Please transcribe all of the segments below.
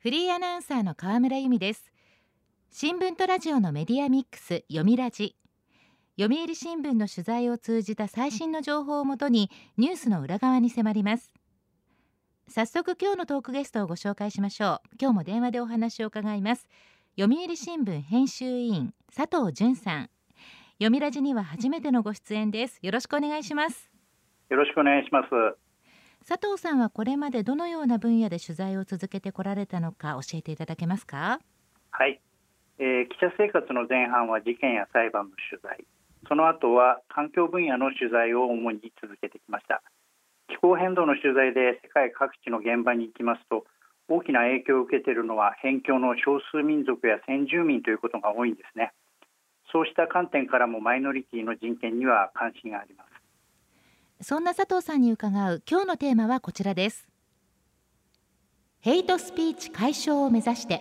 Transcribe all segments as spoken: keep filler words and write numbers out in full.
フリーアナウンサーの河村由美です。新聞とラジオのメディアミックス読みラジ。読売新聞の取材を通じた最新の情報をもとにニュースの裏側に迫ります。早速今日のトークゲストをご紹介しましょう。今日も電話でお話を伺います。読売新聞編集委員佐藤純さん。読みラジには初めてのご出演です。よろしくお願いします。 よろしくお願いします。 佐藤さんはこれまでどのような分野で取材を続けてこられたのか教えていただけますか？ はい、えー、記者生活の前半は事件や裁判の取材、その後は環境分野の取材を主に続けてきました。気候変動の取材で世界各地の現場に行きますと、大きな影響を受けているのは辺境の少数民族や先住民ということが多いんですね。そうした観点からもマイノリティの人権には関心があります。 そんな佐藤さんに伺う今日のテーマはこちらです。ヘイトスピーチ解消を目指して。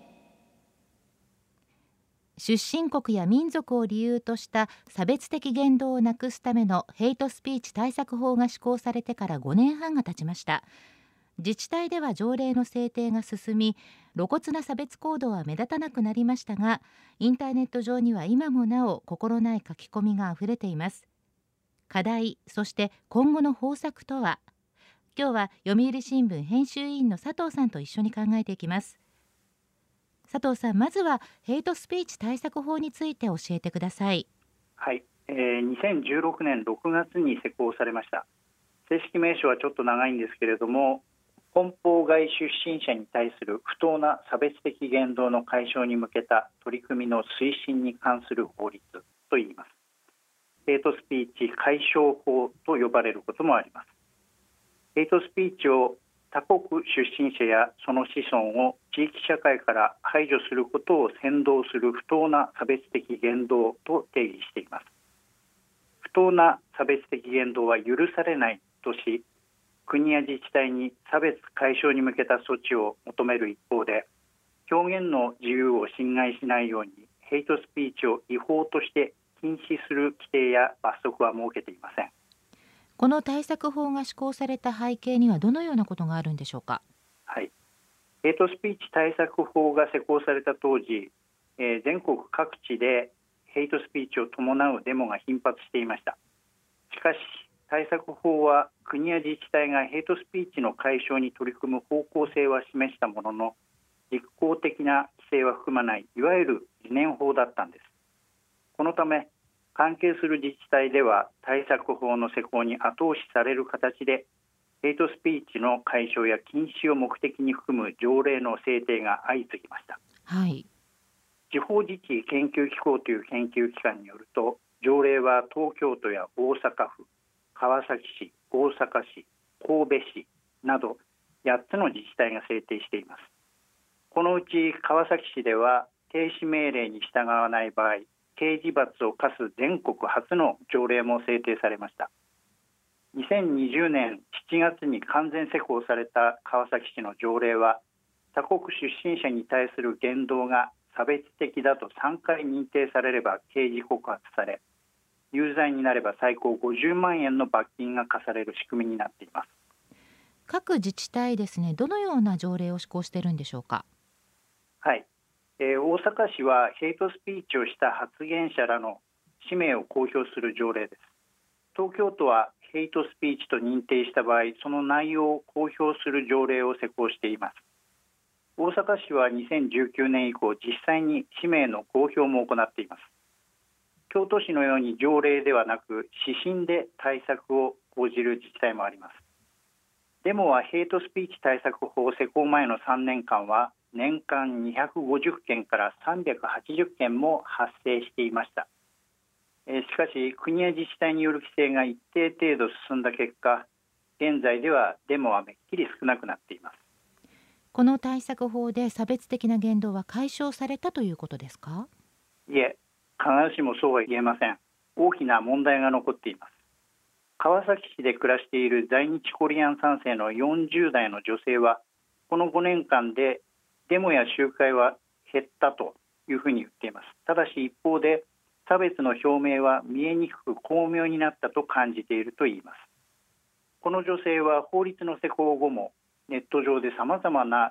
出身国や民族を理由とした差別的言動をなくすためのヘイトスピーチ対策法が施行されてからごねんはんが経ちました。自治体では条例の制定が進み、露骨な差別行動は目立たなくなりましたが、インターネット上には今もなお心ない書き込みがあふれています。課題、そして今後の方策とは。今日は読売新聞編集委員の佐藤さんと一緒に考えていきます。佐藤さん、まずはヘイトスピーチ対策法について教えてください。 はい、えー、にせんじゅうろくねんろくがつに施行されました。正式名称はちょっと長いんですけれども、本邦外出身者に対する不当な差別的言動の解消に向けた取り組みの推進に関する法律といいます。ヘイトスピーチ解消法と呼ばれることもあります。ヘイトスピーチを他国出身者やその子孫を地域社会から排除することを扇動する不当な差別的言動と定義しています。不当な差別的言動は許されないとし、国や自治体に差別解消に向けた措置を求める一方で、表現の自由を侵害しないようにヘイトスピーチを違法として禁止する規定や罰則は設けていません。 この対策法が施行された背景にはどのようなことがあるんでしょうか？ はい、ヘイトスピーチ対策法が施行された当時、えー、全国各地でヘイトスピーチを伴うデモが頻発していました。しかし対策法は国や自治体がヘイトスピーチの解消に取り組む方向性は示したものの、実効的な規制は含まないいわゆる理念法だったんです。このため関係する自治体では対策法の施行に後押しされる形でヘイトスピーチの解消や禁止を目的に含む条例の制定が相次ぎました。 はい、 地方自治研究機構という研究機関によると、条例は東京都や大阪府、川崎市、大阪市、神戸市などやっつの自治体が制定しています。このうち川崎市では停止命令に従わない場合、刑事罰を課す全国初の条例も制定されました。にせんにじゅうねんしちがつに完全施行された川崎市の条例は、他国出身者に対する言動が差別的だとさんかい認定されれば刑事告発され、有罪になれば最高ごじゅうまんえんの罰金が課される仕組みになっています。 各自治体ですね、どのような条例を施行しているんでしょうか？ はい、えー、大阪市はヘイトスピーチをした発言者らの氏名を公表する条例です。東京都はヘイトスピーチと認定した場合、その内容を公表する条例を施行しています。大阪市はにせんじゅうきゅうねん以降、実際に氏名の公表も行っています。京都市のように条例ではなく指針で対策を講じる自治体もあります。デモはヘイトスピーチ対策法施行前のさんねんかんは年間にひゃくごじゅっけんからさんびゃくはちじゅっけんも発生していました。しかし国や自治体による規制が一定程度進んだ結果、現在ではデモはめっきり少なくなっています。 この対策法で差別的な言動は解消されたということですか？ いえ、必ずしもそうは言えません。大きな問題が残っています。川崎市で暮らしている在日コリアンさんせいのよんじゅうだいの女性は、このごねんかんでデモや集会は減ったというふうに言っています。ただし一方で差別の表明は見えにくく巧妙になったと感じているといいます。この女性は法律の施行後もネット上でさまざまな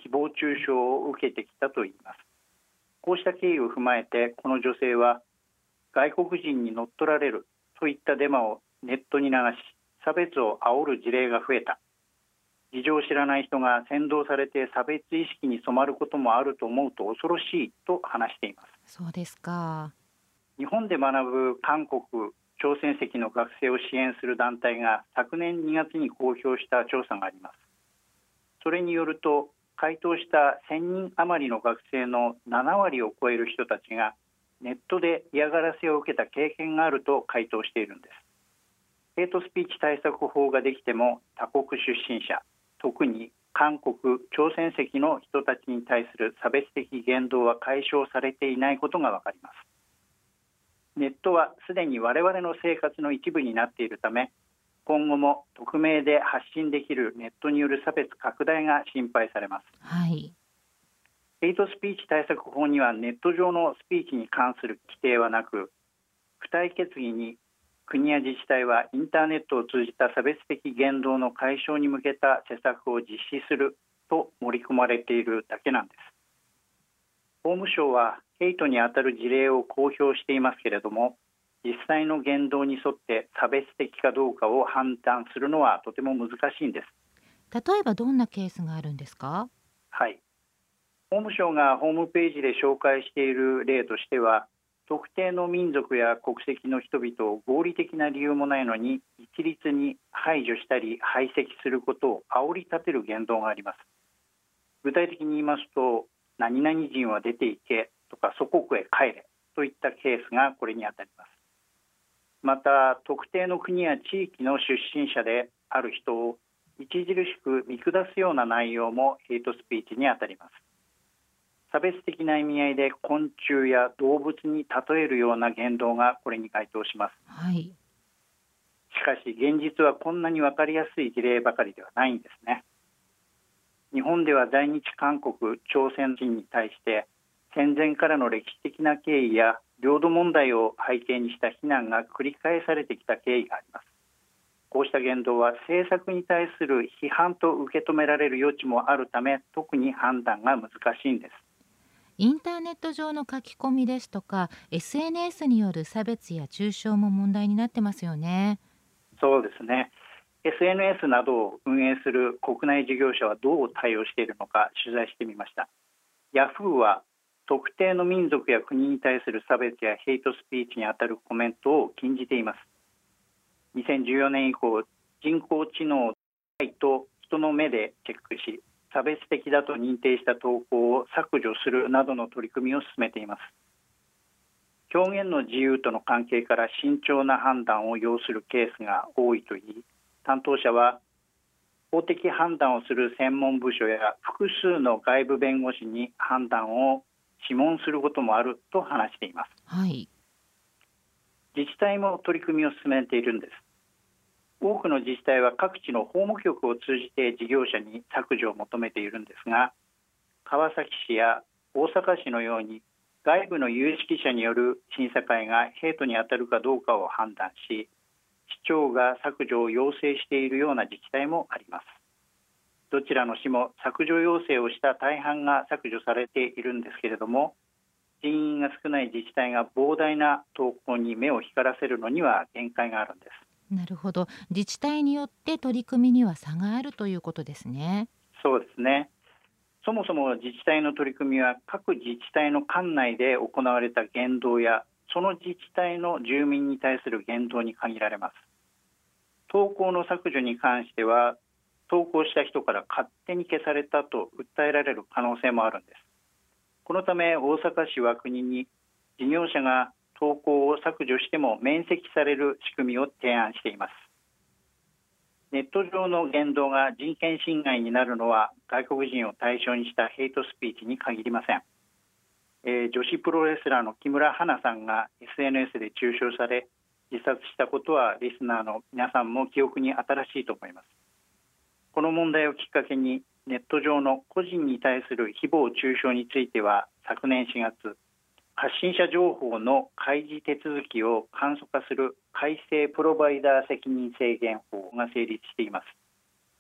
誹謗中傷を受けてきたといいます。こうした経緯を踏まえて、この女性は外国人に乗っ取られるといったデマをネットに流し、差別を煽る事例が増えた。事情を知らない人が扇動されて差別意識に染まることもあると思うと恐ろしいと話しています。 そうですか。 日本で学ぶ韓国、朝鮮籍の学生を支援する団体が昨年にがつに公表した調査があります。それによると、回答したせんにん余りの学生のななわりを超える人たちがネットで嫌がらせを受けた経験があると回答しているんです。ヘイトスピーチ対策法ができても、他国出身者、特に韓国、朝鮮籍の人たちに対する差別的言動は解消されていないことがわかります。ネットはすでに我々の生活の一部になっているため、今後も匿名で発信できるネットによる差別拡大が心配されます。 はい。 ヘイトスピーチ対策法にはネット上のスピーチに関する規定はなく、付帯決議に国や自治体はインターネットを通じた差別的言動の解消に向けた施策を実施すると盛り込まれているだけなんです。法務省はヘイトにあたる事例を公表していますけれども、実際の言動に沿って差別的かどうかを判断するのはとても難しいんです。 例えばどんなケースがあるんですか？ はい。法務省がホームページで紹介している例としては、特定の民族や国籍の人々を合理的な理由もないのに一律に排除したり排斥することを煽り立てる言動があります。具体的に言いますと、何々人は出ていけとか祖国へ帰れといったケースがこれにあたります。また、特定の国や地域の出身者である人を著しく見下すような内容もヘイトスピーチにあたります。差別的な意味合いで昆虫や動物に例えるような言動がこれに該当します。 はい。 しかし現実はこんなに分かりやすい事例ばかりではないんですね。日本では在日韓国、朝鮮人に対して戦前からの歴史的な経緯や領土問題を背景にした非難が繰り返されてきた経緯があります。こうした言動は政策に対する批判と受け止められる余地もあるため、特に判断が難しいんです。 インターネット上の書き込みですとか エスエヌエス による差別や中傷も問題になってますよね。 そうですね。エスエヌエス などを運営する国内事業者はどう対応しているのか取材してみました。ヤフーは特定の民族や国に対する差別やヘイトスピーチにあたるコメントを禁じています。にせんじゅうよねん以降、人工知能と人の目でチェックし、差別的だと認定した投稿を削除するなどの取り組みを進めています。表現の自由との関係から慎重な判断を要するケースが多いといい、担当者は法的判断をする専門部署や複数の外部弁護士に判断を諮問することもあると話しています。 はい。 自治体も取り組みを進めているんです。多くの自治体は各地の法務局を通じて事業者に削除を求めているんですが、川崎市や大阪市のように外部の有識者による審査会がヘイトに当たるかどうかを判断し、市長が削除を要請しているような自治体もあります。どちらの市も削除要請をした大半が削除されているんですけれども、人員が少ない自治体が膨大な投稿に目を光らせるのには限界があるんです。 なるほど。自治体によって取り組みには差があるということですね。 そうですね。そもそも自治体の取り組みは各自治体の管内で行われた言動やその自治体の住民に対する言動に限られます。投稿の削除に関しては投稿した人から勝手に消されたと訴えられる可能性もあるんです。このため大阪市は国に事業者が投稿を削除しても免責される仕組みを提案しています。ネット上の言動が人権侵害になるのは外国人を対象にしたヘイトスピーチに限りません。えー、女子プロレスラーの木村花さんが エスエヌエス で中傷され自殺したことはリスナーの皆さんも記憶に新しいと思います。この問題をきっかけにネット上の個人に対する誹謗中傷については昨年しがつ、発信者情報の開示手続きを簡素化する改正プロバイダー責任制限法が成立しています。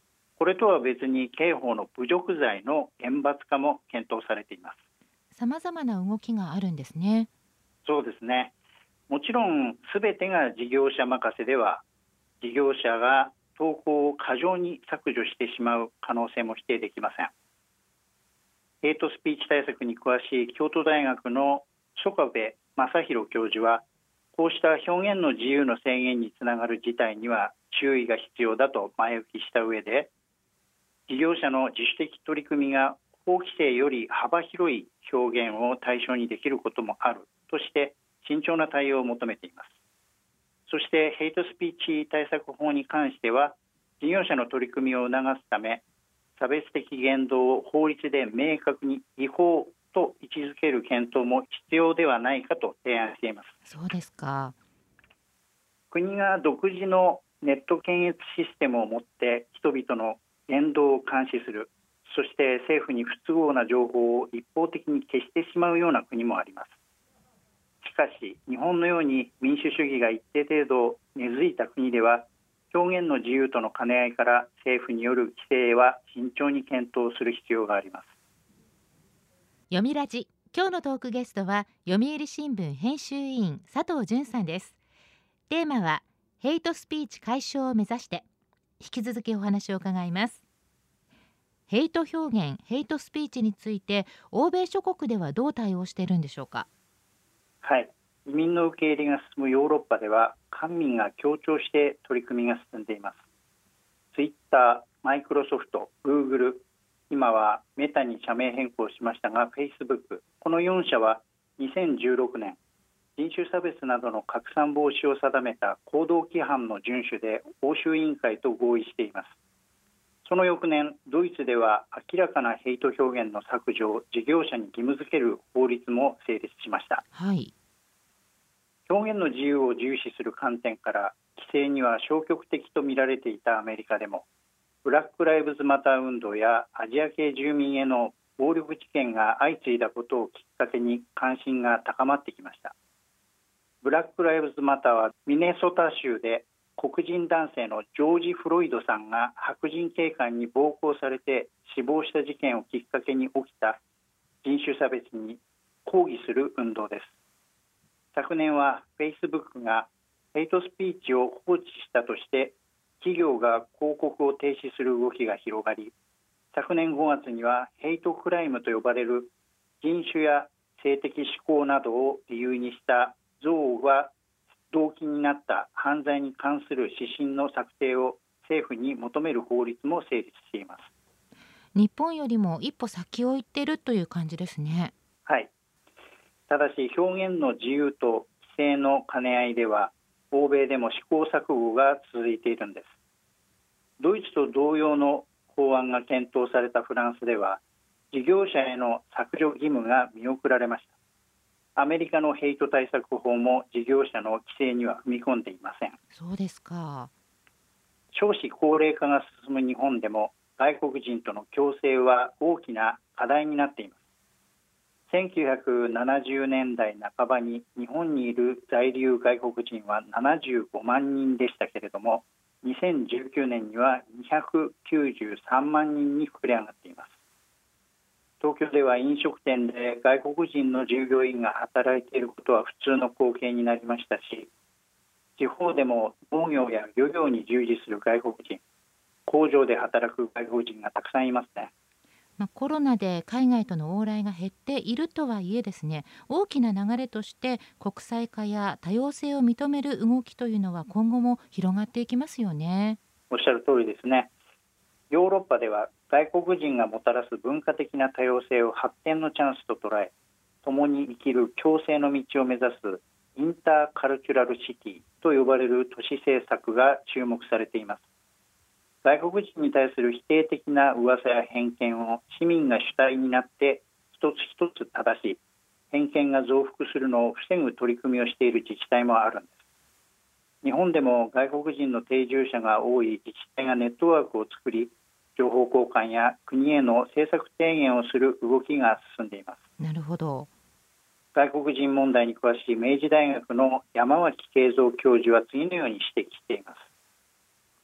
これとは別に刑法の侮辱罪の厳罰化も検討されています。 様々な動きがあるんですね。 そうですね。もちろんすべてが事業者任せでは、事業者が投稿を過剰に削除してしまう可能性も否定できません。ヘイトスピーチ対策に詳しい京都大学の曽我部正弘教授は、こうした表現の自由の制限につながる事態には注意が必要だと前置きした上で、事業者の自主的取り組みが法規制より幅広い表現を対象にできることもあるとして慎重な対応を求めています。そしてヘイトスピーチ対策法に関しては、事業者の取り組みを促すため、差別的言動を法律で明確に違法と位置づける検討も必要ではないかと提案しています。 そうですか。 国が独自のネット検閲システムを持って人々の言動を監視する、そして政府に不都合な情報を一方的に消してしまうような国もあります。しかし日本のように民主主義が一定程度根付いた国では、表現の自由との兼ね合いから政府による規制は慎重に検討する必要があります。 読みラジ、今日のトークゲストは読売新聞編集委員佐藤純さんです。テーマはヘイトスピーチ解消を目指して。引き続きお話を伺います。ヘイト表現、ヘイトスピーチについて欧米諸国ではどう対応しているんでしょうか。 はい、移民の受け入れが進むヨーロッパでは、官民が協調して取り組みが進んでいます。ツイッター、マイクロソフト、グーグル、今はメタに社名変更しましたが、フェイスブック、このよん社はにせんじゅうろくねん、人種差別などの拡散防止を定めた行動規範の遵守で欧州委員会と合意しています。その翌年、ドイツでは明らかなヘイト表現の削除を事業者に義務付ける法律も成立しました。 はい、 表現の自由を重視する観点から規制には消極的と見られていたアメリカでも、ブラックライブズマター運動やアジア系住民への暴力事件が相次いだことをきっかけに関心が高まってきました。ブラックライブズマターはミネソタ州で黒人男性のジョージ・フロイドさんが白人警官に暴行されて死亡した事件をきっかけに起きた人種差別に抗議する運動です。昨年はフェイスブックがヘイトスピーチを放置したとして企業が広告を停止する動きが広がり、昨年ごがつにはヘイトクライムと呼ばれる人種や性的指向などを理由にした憎悪が動機になった犯罪に関する指針の策定を政府に求める法律も成立しています。 日本よりも一歩先を行っているという感じですね。 はい。ただし表現の自由と規制の兼ね合いでは、欧米でも試行錯誤が続いているんです。ドイツと同様の法案が検討されたフランスでは、事業者への削除義務が見送られました。アメリカのヘイト対策法も事業者の規制には踏み込んでいません。 そうですか。 少子高齢化が進む日本でも外国人との共生は大きな課題になっています。せんきゅうひゃくななじゅうねんだいなかばに日本にいる在留外国人はななじゅうごまんにんでしたけれども、にせんじゅうきゅうねんにはにひゃくきゅうじゅうさんまんにんに膨れ上がっています。東京では飲食店で外国人の従業員が働いていることは普通の光景になりましたし、地方でも農業や漁業に従事する外国人、工場で働く外国人がたくさんいますね。 まあ、コロナで海外との往来が減っているとはいえですね、大きな流れとして国際化や多様性を認める動きというのは今後も広がっていきますよね。 おっしゃる通りですね。ヨーロッパでは外国人がもたらす文化的な多様性を発展のチャンスと捉え、共に生きる共生の道を目指すインターカルチュラルシティと呼ばれる都市政策が注目されています。外国人に対する否定的な噂や偏見を市民が主体になって一つ一つ正し、偏見が増幅するのを防ぐ取り組みをしている自治体もあるんです。日本でも外国人の定住者が多い自治体がネットワークを作り、情報交換や国への政策提言をする動きが進んでいます。 なるほど。 外国人問題に詳しい明治大学の山脇慶三教授は次のように指摘しています。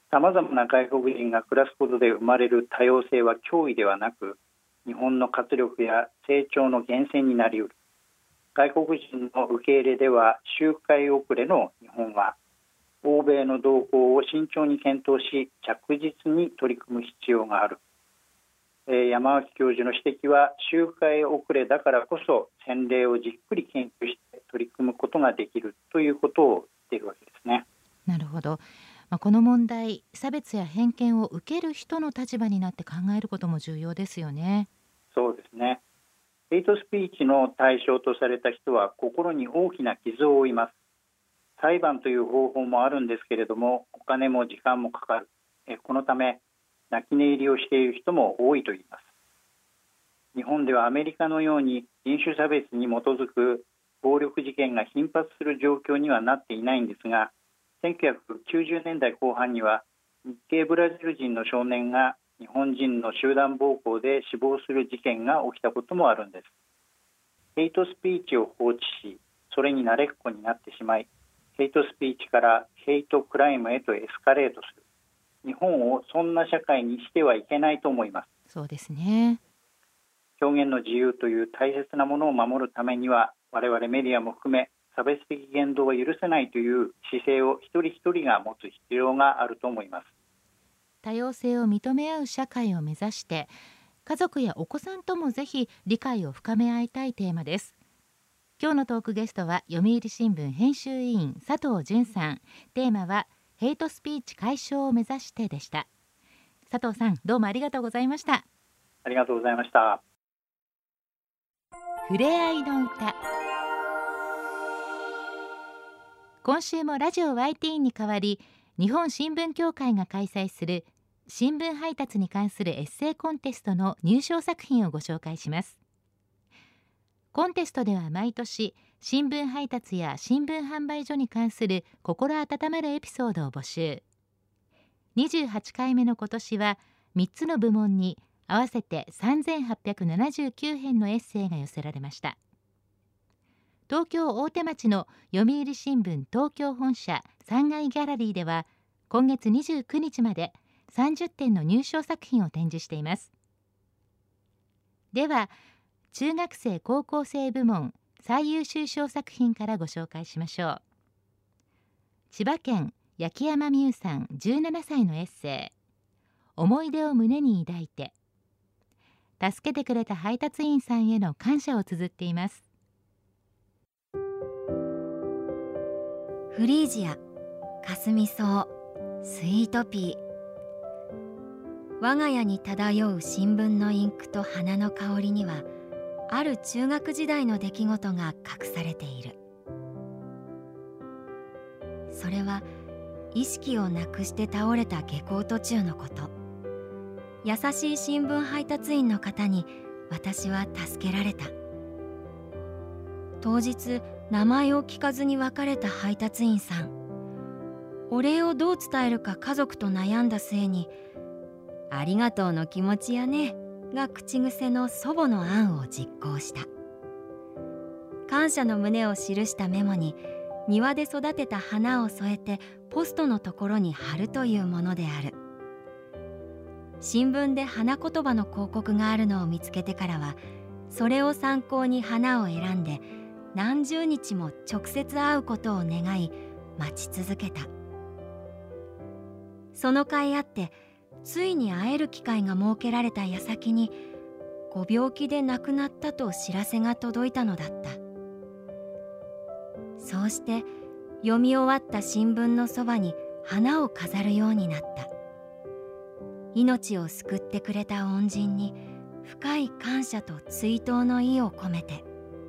さまざまな外国人が暮らすことで生まれる多様性は脅威ではなく、日本の活力や成長の源泉になりうる。外国人の受け入れでは周回遅れの日本は、欧米の動向を慎重に検討し、着実に取り組む必要がある。えー、山脇教授の指摘は、周回遅れだからこそ先例をじっくり研究して取り組むことができるということを言っているわけですね。 なるほど。まあ、この問題、差別や偏見を受ける人の立場になって考えることも重要ですよね。 そうですね。ヘイトスピーチの対象とされた人は心に大きな傷を負います。裁判という方法もあるんですけれども、お金も時間もかかる。えこのため泣き寝入りをしている人も多いと言います。日本ではアメリカのように人種差別に基づく暴力事件が頻発する状況にはなっていないんですが、せんきゅうひゃくきゅうじゅうねんだいこう半には日系ブラジル人の少年が日本人の集団暴行で死亡する事件が起きたこともあるんです。ヘイトスピーチを放置し、それに慣れっこになってしまい、ヘイトスピーチからヘイトクライムへとエスカレートする。日本をそんな社会にしてはいけないと思います。 そうですね。 表現の自由という大切なものを守るためには、我々メディアも含め差別的言動は許せないという姿勢を一人一人が持つ必要があると思います。 多様性を認め合う社会を目指して、家族やお子さんともぜひ理解を深め合いたいテーマです。今日のトークゲストは読売新聞編集委員佐藤純さん。テーマはヘイトスピーチ解消を目指してでした。佐藤さん、どうもありがとうございました。 ありがとうございました。 ふれあいの歌。今週もラジオ ワイティー に代わり、日本新聞協会が開催する新聞配達に関するエッセイコンテストの入賞作品をご紹介します。コンテストでは毎年、新聞配達や新聞販売所に関する心温まるエピソードを募集。にじゅうはちかいめの今年はみっつの部門に合わせてさんぜんはっぴゃくななじゅうきゅうへんのエッセイが寄せられました。東京大手町の読売新聞東京本社さんがいギャラリーでは、今月にじゅうくにちまでさんじゅってんの入賞作品を展示しています。では、中学生高校生部門最優秀賞作品からご紹介しましょう。千葉県焼山美優さんじゅうななさいのエッセイ、思い出を胸に抱いて。助けてくれた配達員さんへの感謝を綴っています。 フリージア、かすみ草、スイートピー。我が家に漂う新聞のインクと花の香りには、ある中学時代の出来事が隠されている。それは意識をなくして倒れた下校途中のこと。優しい新聞配達員の方に私は助けられた。当日名前を聞かずに別れた配達員さん、お礼をどう伝えるか家族と悩んだ末に、ありがとうの気持ちやねが口癖の祖母の案を実行した。感謝の旨を記したメモに、庭で育てた花を添えてポストのところに貼るというものである。新聞で花言葉の広告があるのを見つけてからは、それを参考に花を選んで何十日も直接会うことを願い待ち続けた。その甲斐あってついに会える機会が設けられた矢先に、ご病気で亡くなったと知らせが届いたのだった。そうして読み終わった新聞のそばに花を飾るようになった。命を救ってくれた恩人に深い感謝と追悼の意を込めて。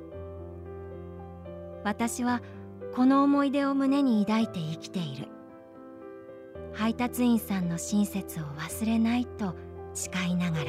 私はこの思い出を胸に抱いて生きている。配達員さんの親切を忘れないと誓いながら。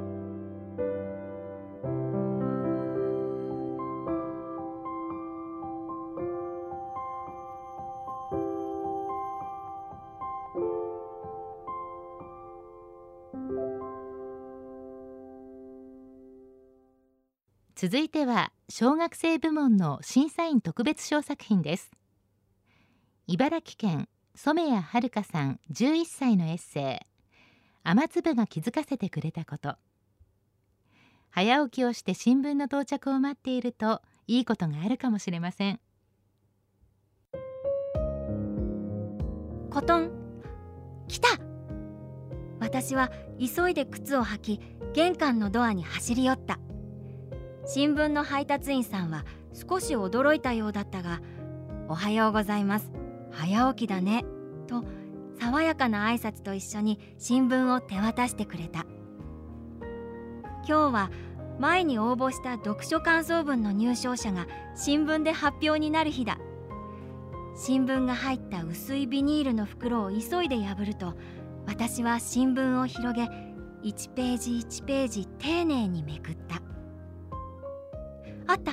続いては小学生部門の審査員特別賞作品です。茨城県染谷遥さんじゅういっさいのエッセイ、雨粒が気づかせてくれたこと。早起きをして新聞の到着を待っているといいことがあるかもしれません。 コトン、来た。私は急いで靴を履き、玄関のドアに走り寄った。新聞の配達員さんは少し驚いたようだったが、おはようございます、早起きだねと爽やかな挨拶と一緒に新聞を手渡してくれた。今日は前に応募した読書感想文の入賞者が新聞で発表になる日だ。新聞が入った薄いビニールの袋を急いで破ると、私は新聞を広げ、いちページいちページ丁寧にめくった。あったあった。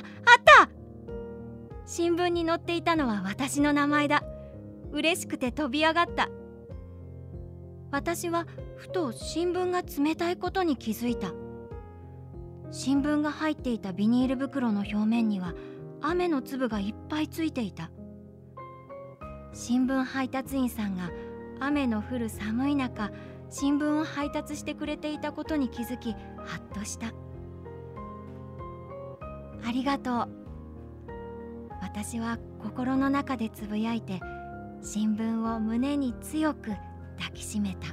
新聞に載っていたのは私の名前だ。嬉しくて飛び上がった。私はふと新聞が冷たいことに気づいた。新聞が入っていたビニール袋の表面には雨の粒がいっぱいついていた。新聞配達員さんが雨の降る寒い中、新聞を配達してくれていたことに気づき、ハッとした。ありがとう。私は心の中でつぶやいて、新聞を胸に強く抱きしめた。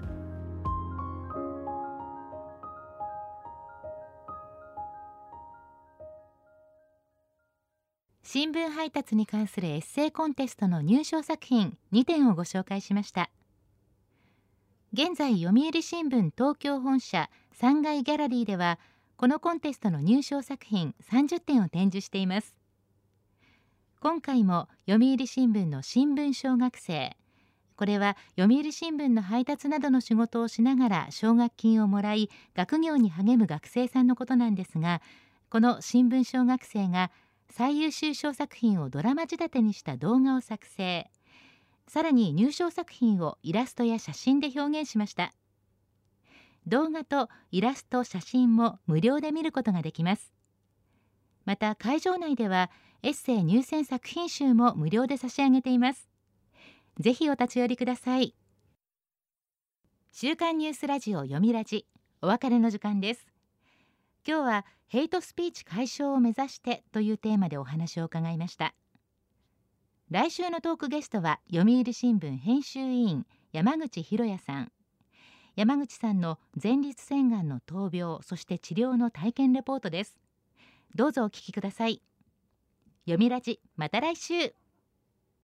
新聞配達に関するエッセイコンテストの入賞作品にてんをご紹介しました。現在、読売新聞東京本社さんがいギャラリーでは、このコンテストの入賞作品さんじゅってんを展示しています。今回も読売新聞の新聞小学生、これは読売新聞の配達などの仕事をしながら奨学金をもらい学業に励む学生さんのことなんですが、この新聞小学生が最優秀小作品をドラマ仕立てにした動画を作成、さらに入賞作品をイラストや写真で表現しました。動画とイラスト、写真も無料で見ることができます。また会場内ではエッセイ入選作品集も無料で差し上げています。ぜひお立ち寄りください。週刊ニュースラジオ読みラジ、お別れの時間です。今日はヘイトスピーチ解消を目指してというテーマでお話を伺いました。来週のトークゲストは読売新聞編集委員山口博也さん。山口さんの前立腺がんの闘病、そして治療の体験レポートです。どうぞお聞きください。読みラジ、また来週。